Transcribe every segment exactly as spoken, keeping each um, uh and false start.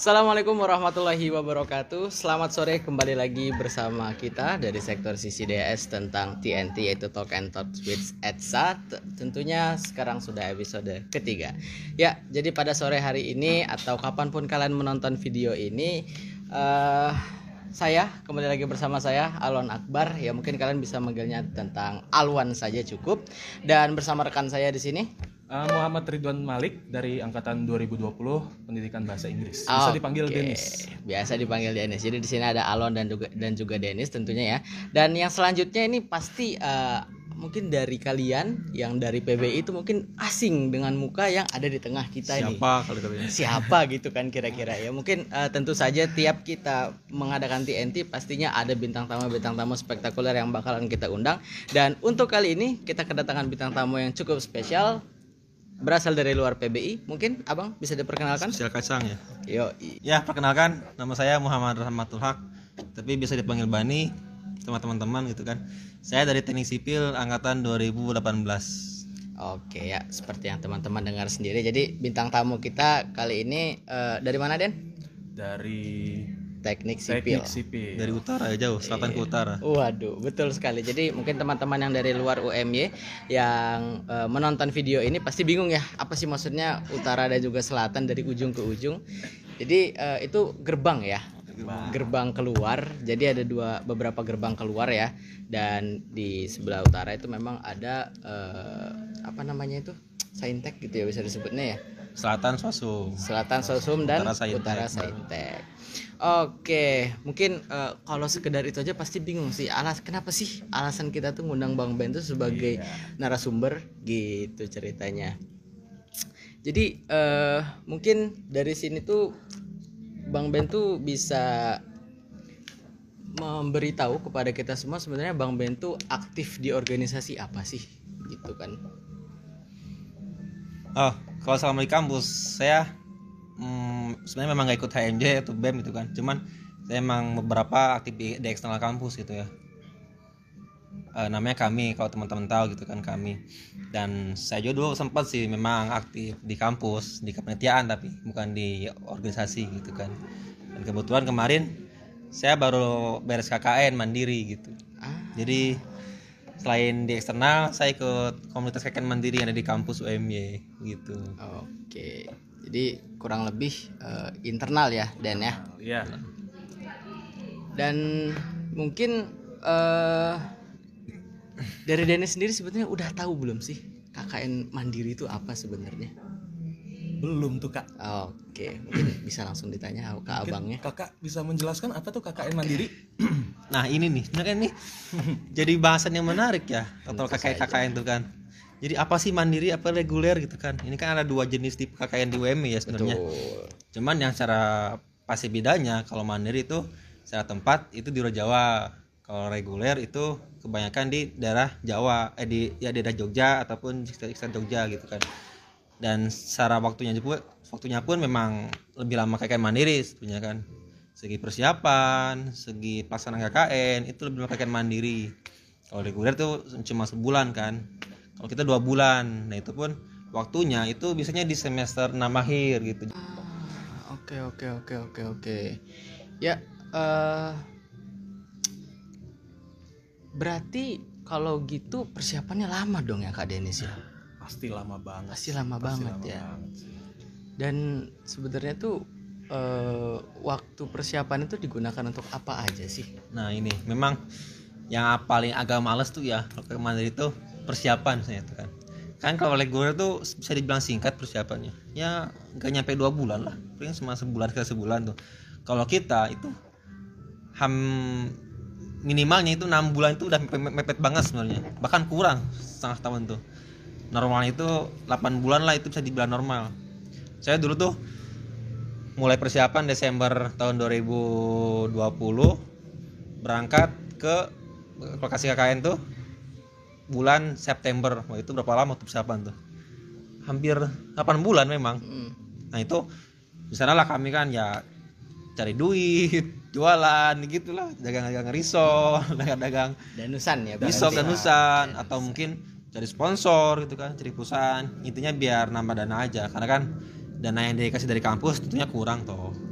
Assalamualaikum warahmatullahi wabarakatuh. Selamat sore, kembali lagi bersama kita dari sektor C C D S tentang T N T, yaitu Talk and Talk with Etsa. Tentunya sekarang sudah episode ketiga. Ya, jadi pada sore hari ini atau kapanpun kalian menonton video ini, uh, saya kembali lagi bersama saya Alwan Akbar. Ya, mungkin kalian bisa manggilnya tentang Alwan saja cukup. Dan bersama rekan saya di sini Uh, Muhammad Ridwan Malik dari angkatan dua ribu dua puluh pendidikan bahasa Inggris. Bisa okay. dipanggil Dennis. Biasa dipanggil Dennis. Jadi di sini ada Alon dan juga dan juga Dennis tentunya ya. Dan yang selanjutnya ini pasti uh, mungkin dari kalian yang dari P B I itu mungkin asing dengan muka yang ada di tengah kita. Siapa ini. Siapa kalau Siapa gitu kan kira-kira ya. Mungkin uh, tentu saja tiap kita mengadakan T N T pastinya ada bintang tamu-bintang tamu spektakuler yang bakalan kita undang. Dan untuk kali ini kita kedatangan bintang tamu yang cukup spesial, berasal dari luar P B I. Mungkin abang bisa diperkenalkan? Spesial kacang ya. Yo. Ya, perkenalkan, nama saya Muhammad Rahmatul Haq, tapi bisa dipanggil Bani sama teman-teman gitu kan. Saya dari Teknik Sipil angkatan dua ribu delapan belas. Oke ya, seperti yang teman-teman dengar sendiri. Jadi bintang tamu kita kali ini uh, dari mana, Den? Dari Teknik Sipil. Teknik Sipil. Dari utara ya, jauh, selatan iya. ke utara. Waduh, betul sekali. Jadi mungkin teman-teman yang dari luar U M Y yang uh, menonton video ini pasti bingung ya, apa sih maksudnya utara dan juga selatan dari ujung ke ujung. Jadi uh, itu gerbang ya. Gerbang. gerbang keluar. Jadi ada dua beberapa gerbang keluar ya. Dan di sebelah utara itu memang ada uh, apa namanya itu? Saintek gitu ya bisa disebutnya ya. Selatan Sosum. Selatan Sosum dan Utara Saintek. Utara Saintek. Oke, mungkin uh, kalau sekedar itu aja pasti bingung sih. Alas kenapa sih alasan kita tuh ngundang Bang Ben tuh sebagai iya. narasumber gitu ceritanya. Jadi uh, mungkin dari sini tuh Bang Ben tuh bisa memberitahu kepada kita semua sebenarnya Bang Ben tuh aktif di organisasi apa sih gitu kan. Oh, kalau selama di kampus saya hmm, sebenarnya memang gak ikut H M J atau B E M gitu kan. Cuman saya emang beberapa aktif di, di eksternal kampus gitu ya. E, namanya kami, kalau teman-teman tahu gitu kan kami. Dan saya juga dulu sempat sih memang aktif di kampus, di kepanitiaan tapi bukan di organisasi gitu kan. Dan kebetulan kemarin saya baru beres K K N mandiri gitu. Ah. Jadi selain di eksternal, saya ikut komunitas K K N mandiri yang ada di kampus U M Y gitu. Oke, jadi kurang lebih uh, internal ya, Dan ya. Iya. Dan mungkin uh, dari Dennis sendiri sebetulnya udah tahu belum sih K K N mandiri itu apa sebenarnya? Belum tuh Kak. Oke, mungkin bisa langsung ditanya ke mungkin abangnya. Kakak bisa menjelaskan apa tuh K K N mandiri? Nah ini nih, sebenarnya ini jadi bahasan yang menarik ya, total K K N K K N itu kan. Jadi apa sih mandiri, apa reguler gitu kan? Ini kan ada dua jenis tipe K K N di U M Y ya sebenarnya. Cuman yang secara pasti bedanya, kalau mandiri itu secara tempat itu di luar Jawa. Kalau reguler itu kebanyakan di daerah Jawa, eh di ya daerah Jogja ataupun sekitar Jogja gitu kan. Dan secara waktunya juga, waktunya pun memang lebih lama K K N mandiri sebenarnya kan. Segi persiapan, segi pelaksanaan K K N itu lebih lama K K N mandiri. Kalau reguler tuh cuma sebulan kan. Kalau kita dua bulan. Nah itu pun waktunya itu biasanya di semester enam akhir gitu. Oke oke oke oke oke. Ya uh, berarti kalau gitu persiapannya lama dong ya Kak Denis ya? Pasti lama banget. Pasti lama Pasti banget lama ya. Banget. Dan sebenarnya tuh uh, waktu persiapan itu digunakan untuk apa aja sih? Nah ini memang yang paling agak males tuh ya kalau mandiri itu persiapan saya tuh kan. Kan kalau reguler tuh bisa dibilang singkat persiapannya. Ya nggak nyampe dua bulan lah, paling cuma sebulan ke sebulan tuh. Kalau kita itu ham minimalnya itu enam bulan itu udah mepet banget sebenarnya. Bahkan kurang setengah tahun tuh. Normalnya itu delapan bulan lah, itu bisa dibilang normal. Saya dulu tuh mulai persiapan Desember tahun dua ribu dua puluh, berangkat ke lokasi K K N tuh bulan September. Wah, itu berapa lama tuh persiapan tuh? Hampir delapan bulan memang. Nah itu di sana lah kami kan ya cari duit, jualan gitulah, dagang-dagang risol, dagang-dagang danusan ya, risol danusan, atau mungkin cari sponsor gitu kan, cari perusahaan. Intinya biar nambah dana aja, karena kan dana yang dikasih dari kampus tentunya kurang toh.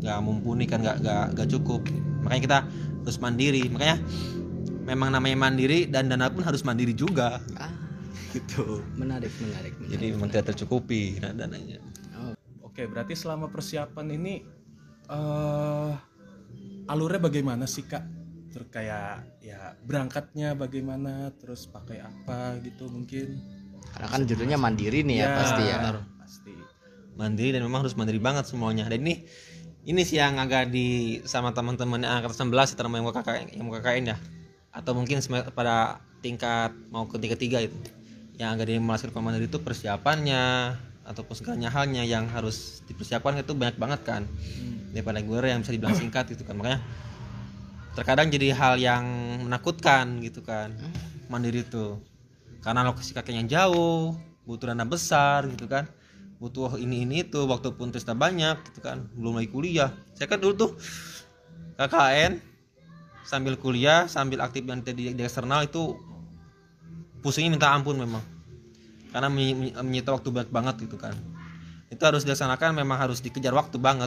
nggak mumpuni kan, nggak nggak nggak cukup. Makanya kita harus mandiri. Makanya memang namanya mandiri dan dana pun harus mandiri juga. Ah, Gitu. menarik, menarik, menarik. Jadi memang tidak tercukupi nah, dananya. Oh, Oke, berarti selama persiapan ini eh alurnya bagaimana sih Kak? Terus kayak ya berangkatnya bagaimana, terus pakai apa gitu mungkin. karena kan judulnya mandiri nih ya, pasti ya. benar, Pasti. Mandiri dan memang harus mandiri banget semuanya. Dan ini ini sih yang agak di sama teman-teman yang angkatan sebelas terutama yang mau K K N, yang mau K K N ya. Atau mungkin sem- pada tingkat mau ke tingkat tiga itu. Yang agak di Malaysia Mandiri itu persiapannya ataupun segalanya halnya yang harus dipersiapkan itu banyak banget kan. Hmm. Daripada gue yang bisa dibilang singkat gitu kan. Makanya terkadang jadi hal yang menakutkan gitu kan. Mandiri itu. Karena lokasi kakeknya jauh, butuh dana besar gitu kan. Butuh ini ini itu, waktu pun tesnya banyak gitu kan. Belum lagi kuliah. Saya kan dulu tuh K K N sambil kuliah, sambil aktif yang di, di eksternal itu pusingnya minta ampun memang. Karena menyi- menyita waktu banyak banget gitu kan. Itu harus dilaksanakan, memang harus dikejar waktu banget.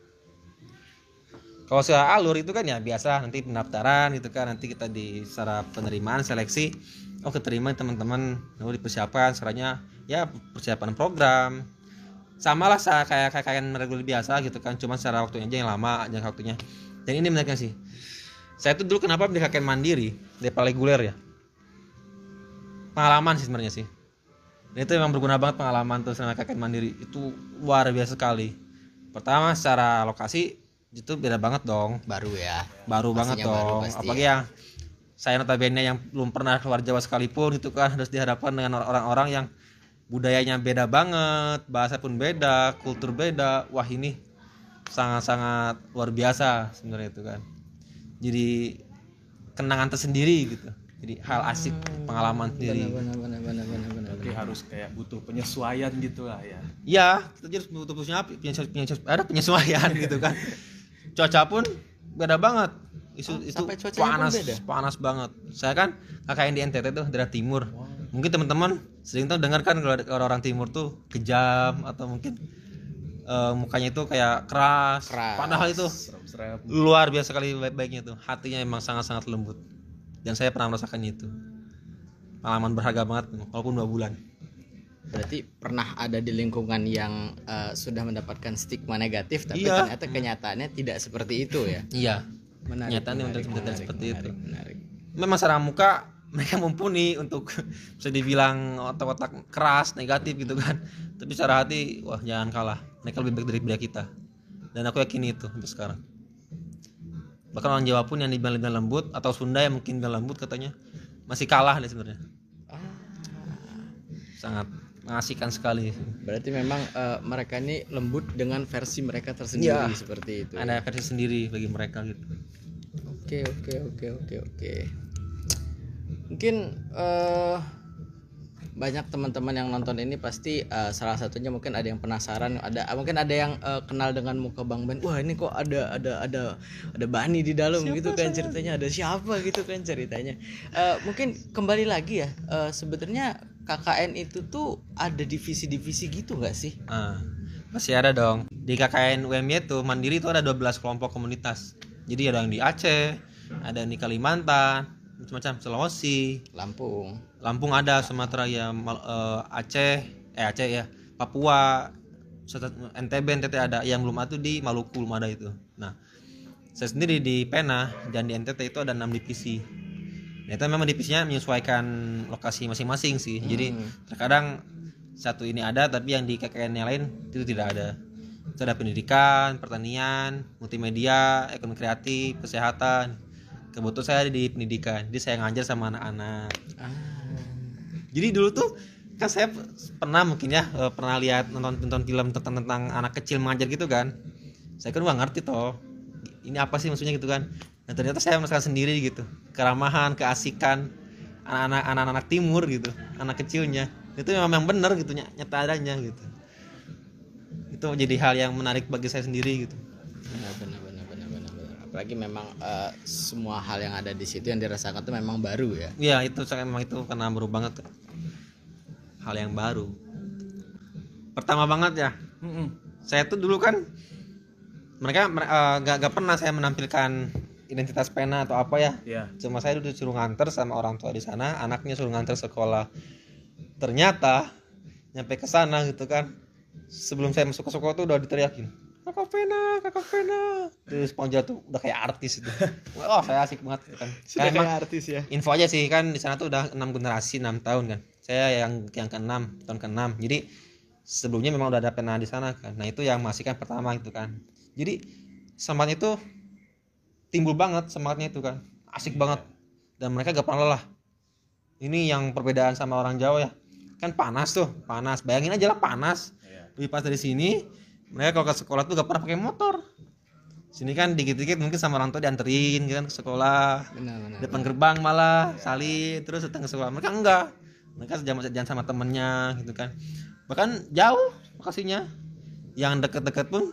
Kalau secara alur itu kan ya biasa, nanti pendaftaran gitu kan, nanti kita di secara penerimaan seleksi, oh keterima teman-teman, lalu dipersiapkan caranya ya persiapan program. Sama lah saya kayak kayak kayak reguler biasa gitu kan, cuma secara waktunya aja yang lama, jangka waktunya. Dan ini menariknya sih. Saya tuh dulu kenapa pilih K K N mandiri daripada reguler ya? Pengalaman sih sebenarnya sih. Dan itu memang berguna banget pengalaman tuh selama K K N mandiri, itu luar biasa sekali. Pertama secara lokasi itu beda banget dong, Baru ya. baru banget Pastinya baru dong. pasti Apalagi ya. yang saya notabene yang belum pernah keluar Jawa sekalipun itu kan harus dihadapkan dengan orang-orang yang budayanya beda banget, bahasa pun beda, kultur beda. Wah ini sangat-sangat luar biasa sebenarnya itu kan. Jadi kenangan tersendiri gitu. Jadi hal asik, pengalaman sendiri. Benar, benar, benar, benar, benar. Berarti harus kayak butuh penyesuaian gitu lah ya. Ya, kita harus butuh penyesuaian, ada penyesuaian gitu kan. Cuaca pun beda banget. Isu Oh, itu sampai cuacanya pun panas, beda? panas banget. Saya kan K K N di N T T tuh daerah timur. Mungkin teman-teman sering tuh dengar kan kalau ada orang-orang timur tuh kejam atau mungkin eh, mukanya itu kayak keras. Keras. Padahal itu Serem-serem. luar biasa kali baik-baiknya tuh. Hatinya emang sangat-sangat lembut. Dan saya pernah merasakan itu. Pengalaman berharga banget walaupun dua bulan. Berarti pernah ada di lingkungan yang eh, sudah mendapatkan stigma negatif, tapi Iya. ternyata kenyataannya tidak seperti itu ya. Iya. Menarik. Kenyataannya menarik, benar-benar menarik, seperti menarik, itu. Menarik. Memang secara muka mereka mumpuni untuk bisa dibilang otak-otak keras negatif gitu kan, tapi secara hati wah jangan kalah, mereka lebih baik daripada kita, dan aku yakin itu sampai sekarang. Bahkan orang Jawa pun yang dibilang lebih lembut atau Sunda yang mungkin lebih lembut katanya masih kalah deh sebenarnya. Ah, Sangat mengasihkan sekali. berarti memang eh, mereka ini lembut dengan versi mereka tersendiri Iya. seperti itu. Ada versi sendiri bagi mereka gitu. Oke, oke, oke, oke, oke. Mungkin eh banyak teman-teman yang nonton ini pasti eh, salah satunya mungkin ada yang penasaran, ada mungkin ada yang eh, kenal dengan muka Bang Ben. Wah, ini kok ada ada ada ada Bani di dalam gitu kan ceritanya, ada siapa gitu kan ceritanya. Eh, mungkin kembali lagi ya, eh, sebenarnya K K N itu tuh ada divisi-divisi gitu nggak sih? Ah, masih ada dong. Di K K N U M Y itu Mandiri itu ada dua belas kelompok komunitas. Jadi ada yang di Aceh, ada yang di Kalimantan, macam-macam, Sulawesi, Lampung. Lampung ada, Sumatera ya, Mal- eh, Aceh, eh Aceh ya, Papua, serta N T B, N T T ada, yang belum ada tuh di Maluku belum ada itu. Nah, saya sendiri di Pena dan di N T T itu ada enam divisi. Nah, itu memang divisinya menyesuaikan lokasi masing-masing sih. Jadi terkadang satu ini ada tapi yang di K K N yang lain itu tidak ada. Itu ada pendidikan, pertanian, multimedia, ekonomi kreatif, kesehatan. Kebetulan saya ada di pendidikan, jadi saya ngajar sama anak-anak. Ah. Jadi dulu tuh kan saya pernah mungkin ya eh, pernah lihat nonton nonton film tentang tentang anak kecil mengajar gitu kan. Saya kan nggak ngerti toh ini apa sih maksudnya gitu kan. Nah ternyata saya merasakan sendiri gitu, keramahan, keasikan anak-anak anak-anak timur gitu, anak kecilnya itu memang yang benar gitu, ny- nyata adanya gitu. Itu jadi hal yang menarik bagi saya sendiri gitu. Benar, benar, benar, benar, benar, benar. Apalagi memang eh, semua hal yang ada di situ yang dirasakan tuh memang baru ya. Iya itu saya memang itu karena baru banget hal yang baru. Pertama banget ya, Mm-mm. saya tuh dulu kan mereka mer- eh, gak, gak pernah saya menampilkan identitas pena atau apa ya. Iya. Cuma saya dulu disuruh nganter sama orang tua di sana, anaknya suruh nganter sekolah. Ternyata nyampe ke sana gitu kan, sebelum saya masuk ke sekolah tuh udah diteriakin, kakak pena, kakak pena. Terus Ponja tuh udah kayak artis itu. Wah, saya asik banget gitu kan. Sudah Karena emang kayak artis ya. info aja sih kan, di sana tuh udah enam generasi, enam tahun kan. Saya yang yang keenam, tahun keenam. Jadi sebelumnya memang udah ada pena di sana kan. Nah, itu yang masih kan pertama gitu kan. Jadi semangat itu timbul banget, semangatnya itu kan. Asik banget. Dan mereka gak pernah lelah. Ini yang perbedaan sama orang Jawa ya. Kan panas tuh, panas. Bayangin aja lah panas. Lebih pas dari sini, mereka kalau ke sekolah tuh gak pernah pakai motor. Sini kan dikit-dikit mungkin sama orang tua dianterin gitu kan ke sekolah. Benar-benar. Depan gerbang malah salin terus datang ke sekolah. Mereka enggak. Mereka jalan-jalan sama temennya gitu kan. Bahkan jauh lokasinya. Yang deket-deket pun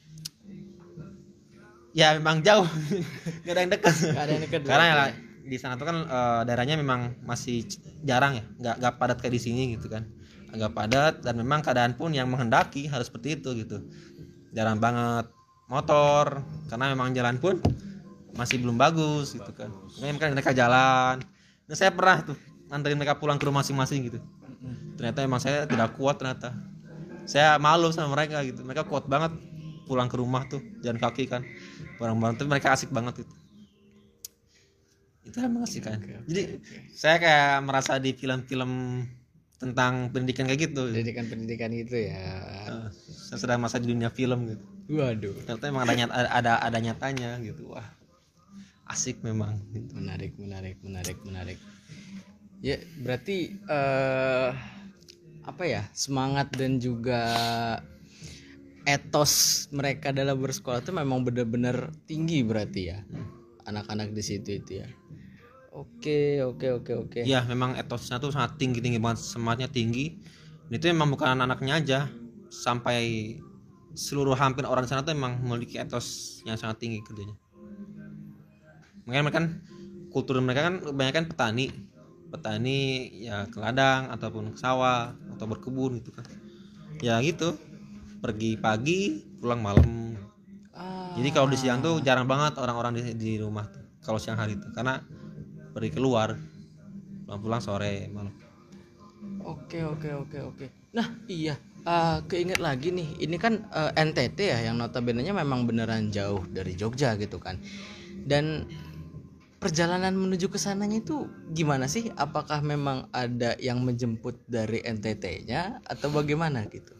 ya memang jauh. Gak ada yang dekat. Gak ada yang dekat. Karena ya, di sana tuh kan uh, daerahnya memang masih jarang ya, nggak nggak padat kayak di sini gitu kan, agak padat dan memang keadaan pun yang menghendaki harus seperti itu gitu, jarang banget motor karena memang jalan pun masih belum bagus gitu kan, makanya mereka jalan. Nah saya pernah tuh anterin mereka pulang ke rumah masing-masing gitu, ternyata emang saya tidak kuat ternyata, saya malu sama mereka gitu, mereka kuat banget pulang ke rumah tuh jalan kaki kan, bareng-bareng tuh mereka asik banget itu. Itu yang mengasihkan. Oke, oke, Jadi oke. saya kayak merasa di film-film tentang pendidikan kayak gitu. Pendidikan-pendidikan gitu ya. Uh, saya sedang masa di dunia film gitu. Waduh. Ternyata emang ada nyata, ada ada nyatanya gitu. Wah, asik memang. Gitu. Menarik, menarik, menarik, menarik. Ya berarti eh, apa ya, semangat dan juga etos mereka dalam bersekolah itu memang benar-benar tinggi berarti ya, anak-anak di situ itu ya. Oke, oke, oke, oke. Iya, memang etosnya tuh sangat tinggi tinggi banget, semangatnya tinggi. Dan itu memang bukan anak-anaknya aja, sampai seluruh hampir orang di sana tuh memang memiliki etos yang sangat tinggi kerjanya. Makanya mereka kan kultur mereka kan kebanyakan petani, petani ya ke ladang ataupun ke sawah atau berkebun gitu kan. Ya gitu, pergi pagi pulang malam. Ah, Jadi kalau di siang tuh jarang banget orang-orang di, di rumah tuh kalau siang hari tuh, karena pergi keluar pulang-pulang sore malam. Oke, oke, oke, oke. Nah, iya. eh, keinget lagi nih. Ini kan eh, N T T ya, yang notabene-nya memang beneran jauh dari Jogja gitu kan. Dan perjalanan menuju ke sananya itu gimana sih? Apakah memang ada yang menjemput dari N T T-nya atau bagaimana gitu?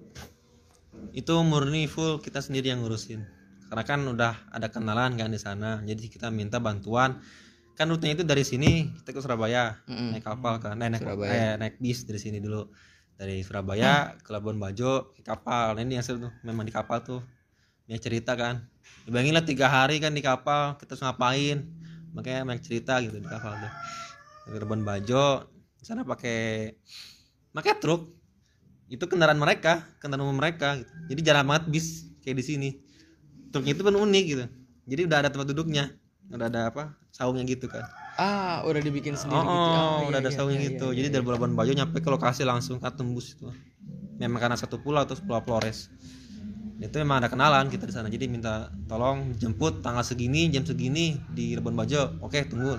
Itu murni full kita sendiri yang ngurusin. Karena kan udah ada kenalan kan di sana. Jadi kita minta bantuan. Kan rutenya itu dari sini kita ke Surabaya, Mm-mm. naik kapal kan, eh, naik, Surabaya. eh, naik bis dari sini dulu, dari Surabaya ke Labuan Bajo ke kapal. Nah, ini yang seru tuh, memang di kapal tuh dia cerita kan, bayangin lah tiga hari kan di kapal kita harus ngapain, makanya banyak cerita gitu di kapal tuh. Ke Labuan Bajo di sana pakai pakai truk, itu kendaraan mereka, kendaraan umum mereka gitu. Jadi jarang banget bis kayak di sini, truknya itu pun unik gitu, jadi udah ada tempat duduknya, udah ada apa saungnya gitu kan. Ah, udah dibikin sendiri Oh, gitu. Ah, udah iya, ada iya, saungnya iya, gitu. iya, Jadi iya. dari Labuan Bajo nyampe ke lokasi langsung kan tembus itu. Memang karena satu pulau terus Pulau Flores. Itu memang ada kenalan kita di sana. Jadi minta tolong jemput tanggal segini, jam segini di Labuan Bajo. Oke, tunggu.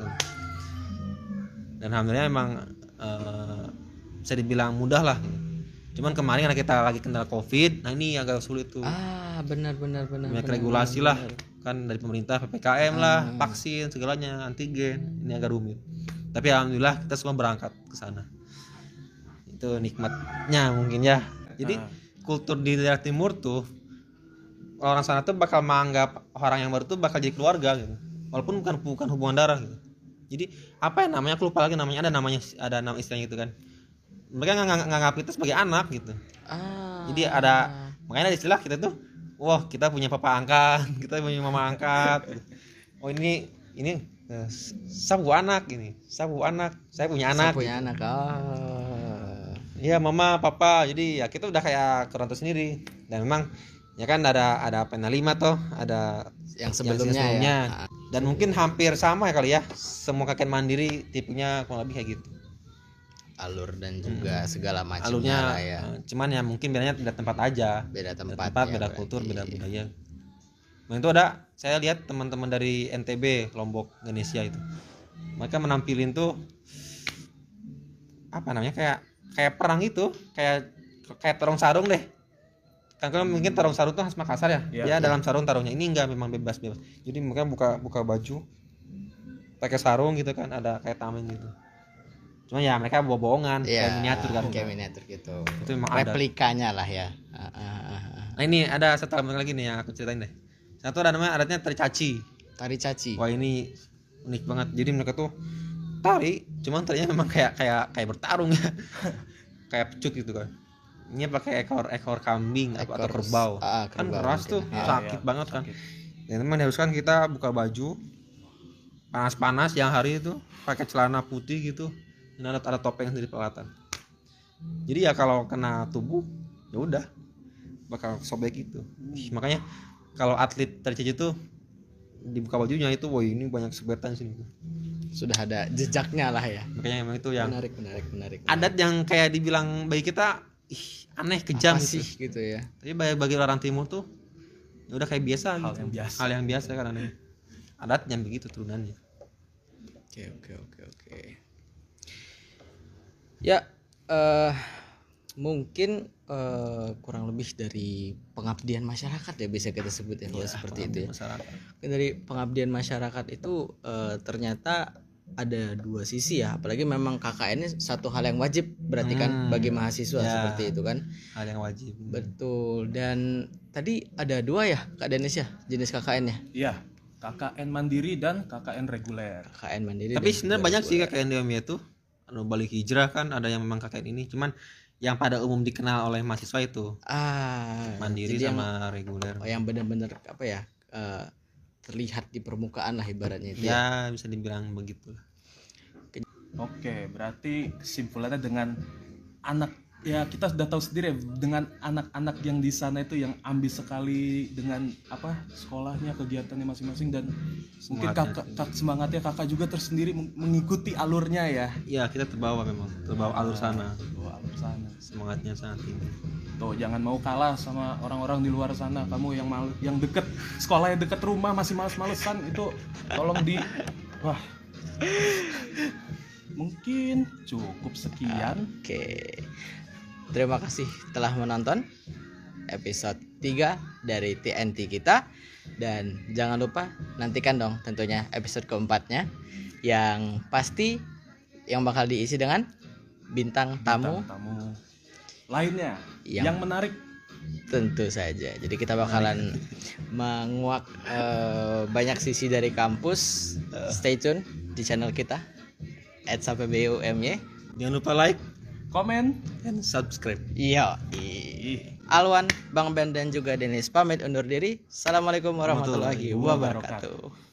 Dan alhamdulillah memang eh, bisa dibilang mudah lah. Cuman kemarin karena kita lagi kendala Covid, nah ini agak sulit tuh. Ah, benar benar benar. Banyak benar, regulasi benar, lah. benar. Kan dari pemerintah P P K M lah, vaksin segalanya, antigen, ini agak rumit. Tapi alhamdulillah kita semua berangkat ke sana. Itu nikmatnya mungkin ya. Jadi kultur di daerah timur tuh orang sana tuh bakal menganggap orang yang baru tuh bakal jadi keluarga gitu. Walaupun bukan bukan hubungan darah gitu. Jadi apa ya namanya, aku lupa lagi namanya, ada namanya, ada nama istilahnya gitu kan. Mereka nggak nganggap kita sebagai anak gitu. Ah. Jadi ada, makanya ada istilah kita tuh, wah kita punya papa angkat, kita punya mama angkat. Oh ini ini eh, sapu anak ini, sapu anak, saya punya anak. Saya punya anak. Ah. Iya mama, papa. Jadi ya kita udah kayak keronto sendiri. Dan memang ya kan ada ada pena lima toh, ada Yang yang sebelumnya, sebelumnya. ya. Dan mungkin hampir sama ya kali ya. Semua kakek mandiri tipenya kurang lebih kayak gitu. Alur dan juga segala macamnya Alurnya lah ya. eh, cuman ya mungkin bedanya beda tempat aja. Beda Beda tempat. tempat, ya, beda berarti. kultur, beda budaya. Nah itu ada, saya lihat teman-teman dari N T B, Lombok, Indonesia itu, mereka menampilin tuh apa namanya kayak kayak perang itu, kayak kayak tarung sarung deh. Kan kalau mungkin tarung sarung tuh khas Makassar ya, Iya, ya iya. dalam sarung taruhnya. Ini enggak, memang bebas bebas. Jadi mereka buka buka baju, pakai sarung gitu kan, ada kayak tameng gitu. Cuma ya mereka bawa bohongan, Iya, kayak miniatur kan. kayak miniatur gitu. Itu memang ada. Replikanya lah ya. Ah, ah, ah, ah. Nah ini ada satu elemen lagi nih yang aku ceritain deh. Satu ada namanya adatnya tari caci. Tari caci. Wah ini unik banget. Jadi mereka tuh tari, cuman tarinya memang kayak kayak kayak bertarung ya. Kayak pecut gitu kan. Ini pakai ekor ekor kambing apa atau Ekor- kerbau. ah, Kan kerbau keras mungkin. tuh, Ya, sakit ya, banget kan. sakit. Dan memang diharuskan kita buka baju panas-panas yang hari itu, pakai celana putih gitu. Dan ada ada topeng sendiri peralatan. Jadi ya kalau kena tubuh, ya udah bakal sobek gitu. Ih, makanya kalau atlet tari caci itu dibuka bajunya itu, wah ini banyak sebetan sini. Sudah ada jejaknya lah ya. Makanya emang itu yang Menarik, menarik, menarik. adat yang kayak dibilang bagi kita ih aneh, kejam Apa gitu. sih gitu ya. Tapi bagi, bagi orang timur tuh ya udah kayak biasa Hal gitu. yang biasa. Hal yang biasa kan aneh. Adatnya begitu turunannya. Oke, oke, oke, oke. Ya, eh mungkin eh, kurang lebih dari pengabdian masyarakat ya bisa kita sebut ya kalau seperti itu ya. Masyarakat. Dari pengabdian masyarakat itu eh, ternyata ada dua sisi ya, apalagi memang K K N ini satu hal yang wajib berarti kan Hmm, bagi mahasiswa ya. seperti itu kan. Hal yang wajib. Betul. Dan tadi ada dua ya Kak Denis ya jenis K K N-nya. Iya, K K N mandiri dan K K N reguler. K K N mandiri. Tapi dan sebenarnya juga banyak sih reguler. K K N di Amia tuh. Anu balik hijrah kan ada yang memang K K N ini, cuman yang pada umum dikenal oleh mahasiswa itu Ah, mandiri jadi yang, sama reguler. oh, yang benar-benar apa ya eh, terlihat di permukaan lah ibaratnya itu ya. Ya bisa dibilang begitu. Oke, berarti kesimpulannya dengan anak, ya kita sudah tahu sendiri ya, dengan anak-anak yang di sana itu yang ambis sekali dengan apa sekolahnya, kegiatannya masing-masing, dan mungkin Semangatnya. kakak kak, semangatnya kakak juga tersendiri meng- mengikuti alurnya ya. Ya kita terbawa memang, terbawa alur sana. Bawa alur sana. Semangatnya sangat tinggi. Tuh jangan mau kalah sama orang-orang di luar sana. Kamu yang mal yang deket sekolah yang deket rumah masih males-malesan itu tolong di wah. Mungkin cukup sekian. Oke. Terima kasih telah menonton episode tiga dari T N T kita. Dan jangan lupa nantikan dong tentunya episode keempatnya, yang pasti yang bakal diisi dengan bintang tamu tamu lainnya Yang- yang menarik. tentu saja. Jadi kita bakalan menguak eh, banyak sisi dari kampus. Stay tune di channel kita at sampai B U M Y. Jangan lupa like Komen. dan subscribe. Iya. Alwan, Bang Ben dan juga Denis pamit undur diri. Assalamualaikum warahmatullahi Warahmatullahi wabarakatuh.